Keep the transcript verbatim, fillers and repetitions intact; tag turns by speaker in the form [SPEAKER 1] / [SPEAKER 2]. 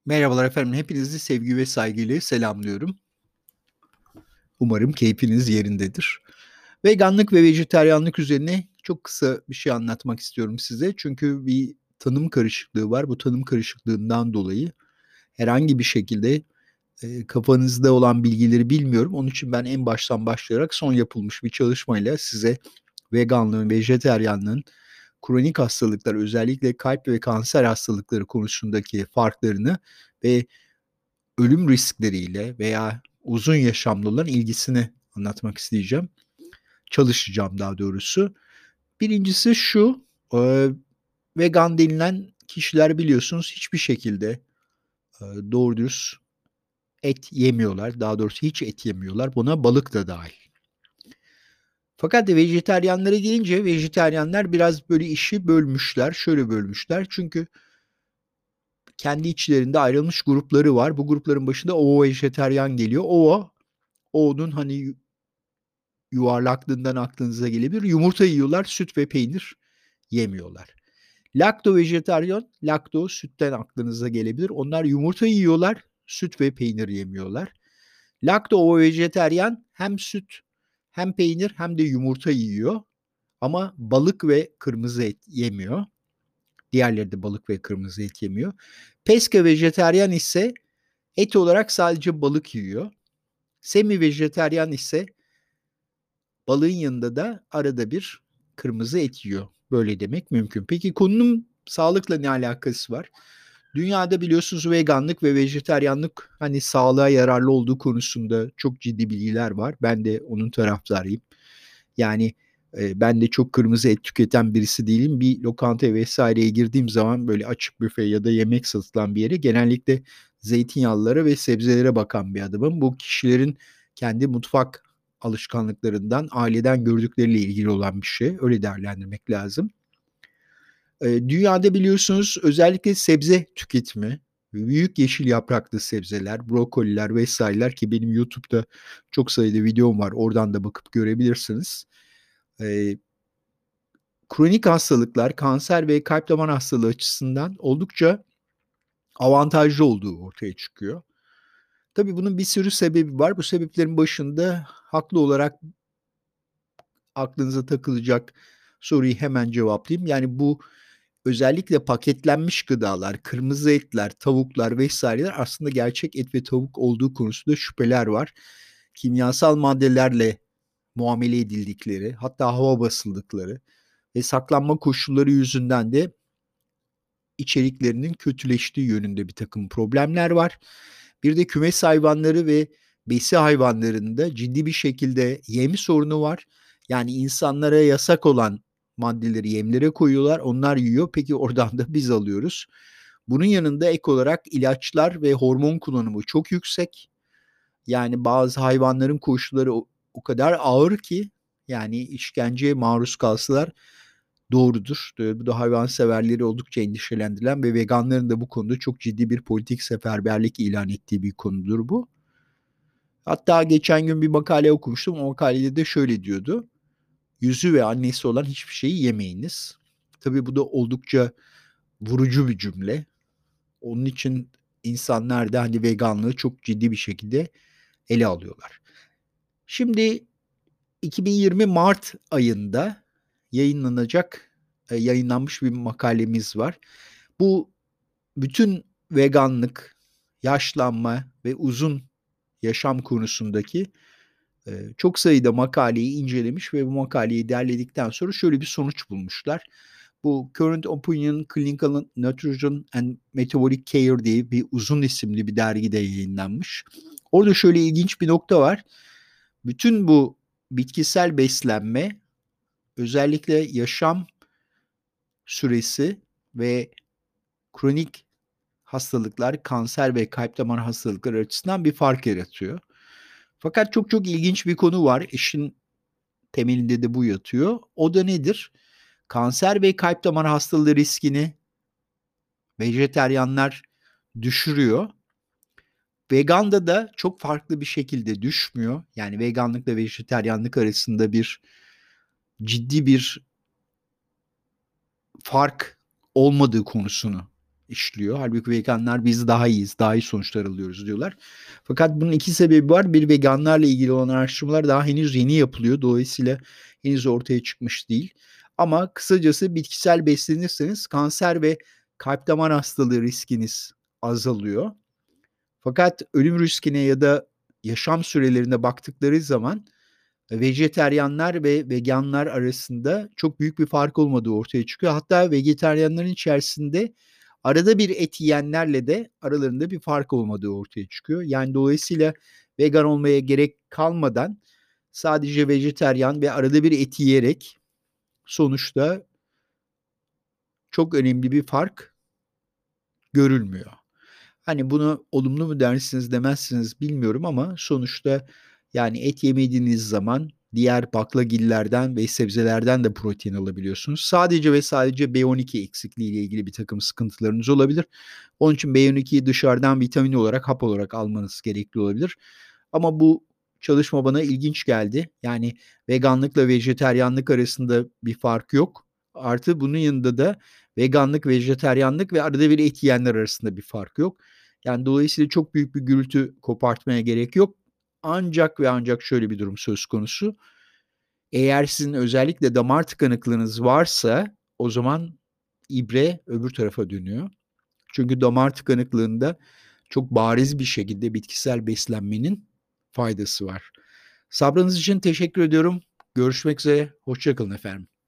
[SPEAKER 1] Merhabalar efendim, hepinizi sevgi ve saygıyla selamlıyorum. Umarım keyfiniz yerindedir. Veganlık ve vejetaryenlik üzerine çok kısa bir şey anlatmak istiyorum size. Çünkü bir tanım karışıklığı var. Bu tanım karışıklığından dolayı herhangi bir şekilde, eee, kafanızda olan bilgileri bilmiyorum. Onun için ben en baştan başlayarak son yapılmış bir çalışmayla size veganlığın, vejetaryenliğin kronik hastalıklar, özellikle kalp ve kanser hastalıkları konusundaki farklarını ve ölüm riskleriyle veya uzun yaşamlıların ilgisini anlatmak isteyeceğim. Çalışacağım daha doğrusu. Birincisi şu, eee, vegan denilen kişiler biliyorsunuz hiçbir şekilde, eee, doğru dürüst et yemiyorlar. Daha doğrusu hiç et yemiyorlar. Buna balık da dâhil. Fakat vejetaryenlere gelince vejetaryenler biraz böyle işi bölmüşler. Şöyle bölmüşler çünkü kendi içlerinde ayrılmış grupları var. Bu grupların başında ovo vejetaryen geliyor. Ovo, ovo'nun hani yuvarlaklığından aklınıza gelebilir. Yumurta yiyorlar, süt ve peynir yemiyorlar. Lakto vejetaryen, lakto sütten aklınıza gelebilir. Onlar yumurta yiyorlar, süt ve peynir yemiyorlar. Lakto ovo vejetaryen hem süt hem peynir hem de yumurta yiyor ama balık ve kırmızı et yemiyor. Diğerleri de balık ve kırmızı et yemiyor. Pesca vejetaryen ise et olarak sadece balık yiyor. Semi vejetaryen ise balığın yanında da arada bir kırmızı et yiyor. Böyle demek mümkün. Peki konunun sağlıkla ne alakası var? Dünyada biliyorsunuz veganlık ve vejetaryenlik hani sağlığa yararlı olduğu konusunda çok ciddi bilgiler var. Ben de onun taraftarıyım. Yani e, ben de çok kırmızı et tüketen birisi değilim. Bir lokantaya vesaireye girdiğim zaman böyle açık büfe ya da yemek satılan bir yere genellikle zeytinyağlılara ve sebzelere bakan bir adamım. Bu kişilerin kendi mutfak alışkanlıklarından, aileden gördükleriyle ilgili olan bir şey. Öyle değerlendirmek lazım. Eee, dünyada biliyorsunuz özellikle sebze tüketimi, büyük yeşil yapraklı sebzeler, brokoliler vesaireler ki benim YouTube'da çok sayıda videom var. Oradan da bakıp görebilirsiniz. Eee, kronik hastalıklar, kanser ve kalp damar hastalığı açısından oldukça avantajlı olduğu ortaya çıkıyor. Tabii bunun bir sürü sebebi var. Bu sebeplerin başında haklı olarak aklınıza takılacak soruyu hemen cevaplayayım. Yani bu özellikle paketlenmiş gıdalar, kırmızı etler, tavuklar vesaireler aslında gerçek et ve tavuk olduğu konusunda şüpheler var. Kimyasal maddelerle muamele edildikleri, hatta hava basıldıkları ve saklanma koşulları yüzünden de içeriklerinin kötüleştiği yönünde bir takım problemler var. Bir de kümes hayvanları ve besi hayvanlarında ciddi bir şekilde yem sorunu var. Yani insanlara yasak olan maddeleri yemlere koyuyorlar, onlar yiyor. Peki oradan da biz alıyoruz. Bunun yanında ek olarak ilaçlar ve hormon kullanımı çok yüksek. Yani bazı hayvanların koşulları o, o kadar ağır ki yani işkenceye maruz kalsalar doğrudur. Bu da hayvanseverleri oldukça endişelendiren ve veganların da bu konuda çok ciddi bir politik seferberlik ilan ettiği bir konudur bu. Hatta geçen gün bir makale okumuştum. O makalede de şöyle diyordu. Yüzü ve annesi olan hiçbir şeyi yemeyiniz. Tabii bu da oldukça vurucu bir cümle. Onun için insanlar da hani veganlığı çok ciddi bir şekilde ele alıyorlar. Şimdi iki bin yirmi Mart ayında yayınlanacak, e, yayınlanmış bir makalemiz var. Bu bütün veganlık, yaşlanma ve uzun yaşam konusundaki e, çok sayıda makaleyi incelemiş ve bu makaleyi derledikten sonra şöyle bir sonuç bulmuşlar. Bu Current Opinion Clinical Nutrition and Metabolic Care diye bir uzun isimli bir dergide yayınlanmış. Orada şöyle ilginç bir nokta var. Bütün bu bitkisel beslenme özellikle yaşam süresi ve kronik hastalıklar, kanser ve kalp damar hastalıkları açısından bir fark yaratıyor. Fakat çok çok ilginç bir konu var. İşin temelinde de bu yatıyor. O da nedir? Kanser ve kalp damar hastalığı riskini vejeteryanlar düşürüyor. Veganda da çok farklı bir şekilde düşmüyor. Yani veganlıkla vejeteryanlık arasında bir ciddi bir fark olmadığı konusunu işliyor. Hâlbuki veganlar biz daha iyiyiz, daha iyi sonuçlar alıyoruz diyorlar. Fakat bunun iki sebebi var. Bir, veganlarla ilgili olan araştırmalar daha henüz yeni yapılıyor. Dolayısıyla henüz ortaya çıkmış değil. Ama kısacası bitkisel beslenirseniz kanser ve kalp damar hastalığı riskiniz azalıyor. Fakat ölüm riskine ya da yaşam sürelerine baktıkları zaman vejetaryenler ve veganlar arasında çok büyük bir fark olmadığı ortaya çıkıyor. Hatta vejetaryenlerin içerisinde arada bir et yiyenlerle de aralarında bir fark olmadığı ortaya çıkıyor. Yani dolayısıyla vegan olmaya gerek kalmadan sadece vejetaryen ve arada bir et yiyerek sonuçta çok önemli bir fark görülmüyor. Hani bunu olumlu mu dersiniz demezsiniz bilmiyorum ama sonuçta yani et yemediğiniz zaman diğer baklagillerden ve sebzelerden de protein alabiliyorsunuz. Sadece ve sadece B on iki eksikliği ile ilgili bir takım sıkıntılarınız olabilir. Onun için B on ikiyi dışarıdan vitamin olarak, hap olarak almanız gerekli olabilir. Ama bu çalışma bana ilginç geldi. Yani veganlıkla vejetaryenlik arasında bir fark yok. Artı bunun yanında da veganlık, vejetaryenlik ve arada bir et yiyenler arasında bir fark yok. Yani dolayısıyla çok büyük bir gürültü kopartmaya gerek yok. Ancak ve ancak şöyle bir durum söz konusu. Eğer sizin özellikle damar tıkanıklığınız varsa o zaman ibre öbür tarafa dönüyor. Çünkü damar tıkanıklığında çok bariz bir şekilde bitkisel beslenmenin faydası var. Sabrınız için teşekkür ediyorum. Görüşmek üzere. Hoşça kalın efendim.